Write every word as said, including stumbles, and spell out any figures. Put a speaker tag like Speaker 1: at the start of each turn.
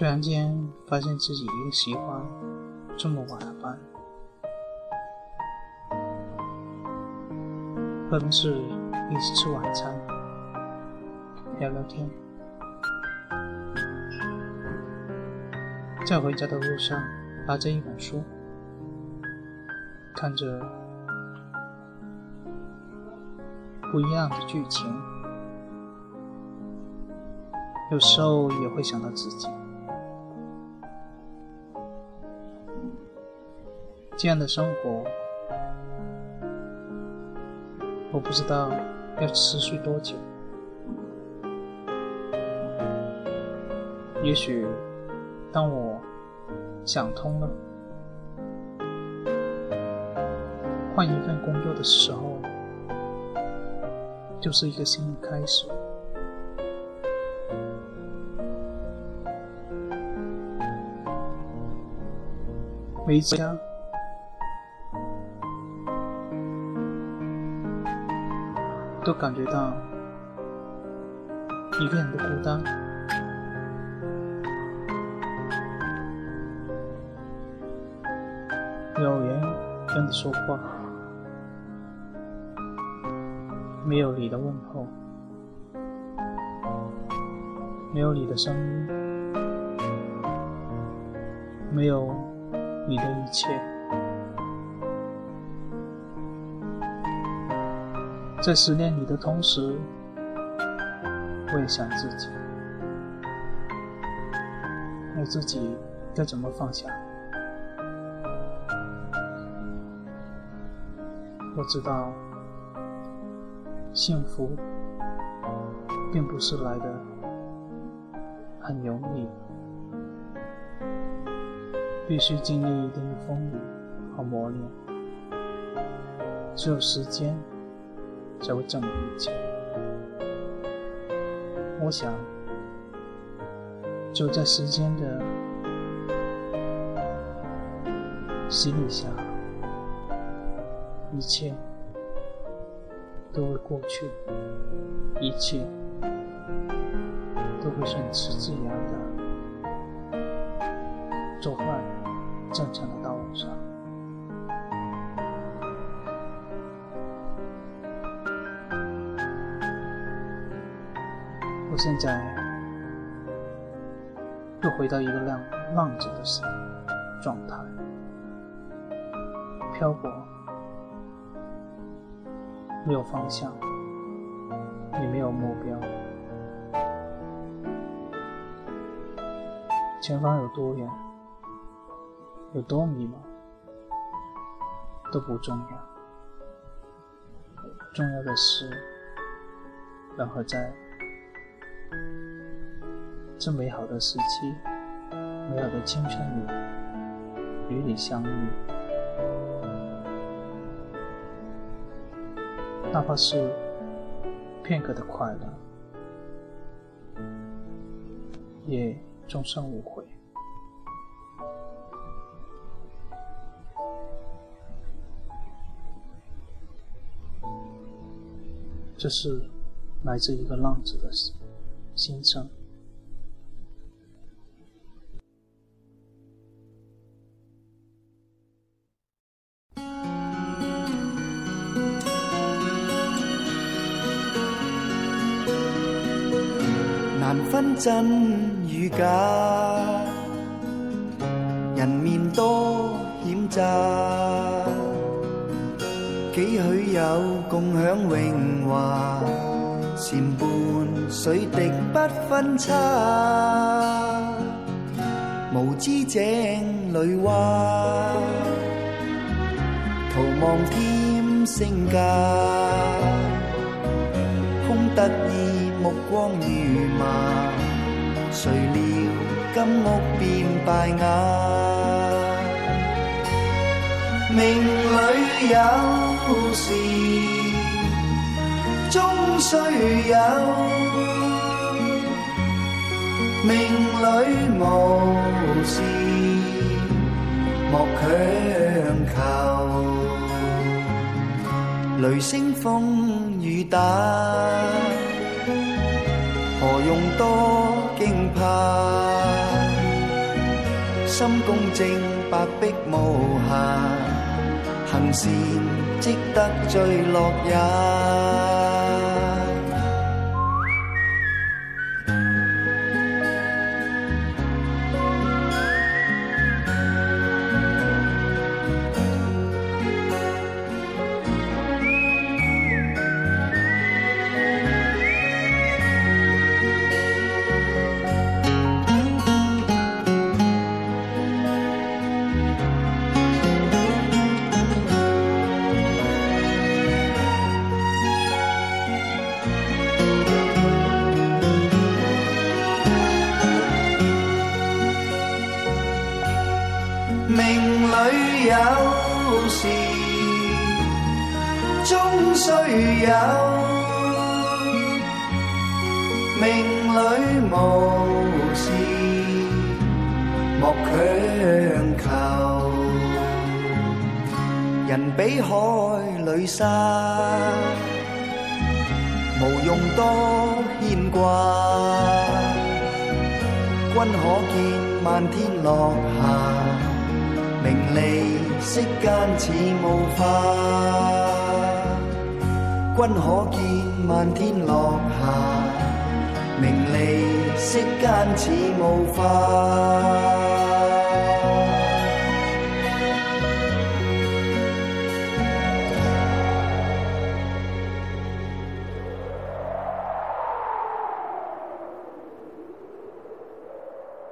Speaker 1: 突然间发现自己也喜欢这么晚的班，和同事一起吃晚餐，聊聊天。在回家的路上，拿着一本书，看着不一样的剧情，有时候也会想到自己。这样的生活，我不知道要持续多久。也许当我想通了，换一份工作的时候，就是一个新的开始。每一次家都感觉到一个人的孤单，没有人跟你说话，没有你的问候，没有你的声音，没有你的一切。在思念你的同时，我也想自己，我自己该怎么放下。我知道幸福并不是来的很容易，必须经历一定的风雨和磨练，只有时间才会证明一切。我想就在时间的洗礼下，一切都会过去，一切都会顺其自然的走在正常的道路上。我现在又回到一个浪浪子的状态，漂泊，没有方向，也没有目标。前方有多远，有多迷茫，都不重要，重要的是能和在这美好的时期，美好的青春里与你相遇，哪怕是片刻的快乐，也终生无悔。这是来自一个浪子的心声。
Speaker 2: 難分真與假，人面多險詐，幾許有共享榮華，禪伴水滴不分差，無知井裏蛙，徒望添聲價，空得意目光如麻，誰料金屋變敗瓦。命裏有時終須有，命裏無事莫強求。雷聲風雨打，何用多驚怕？ 心公正，白璧無瑕，行善積得最樂也。命裏有時終須有，命裏無時莫強求。人比海裏沙，無用多牽掛。君可見漫天落霞，名利息間似霧化。君可見漫天落霞，名利息間似霧化。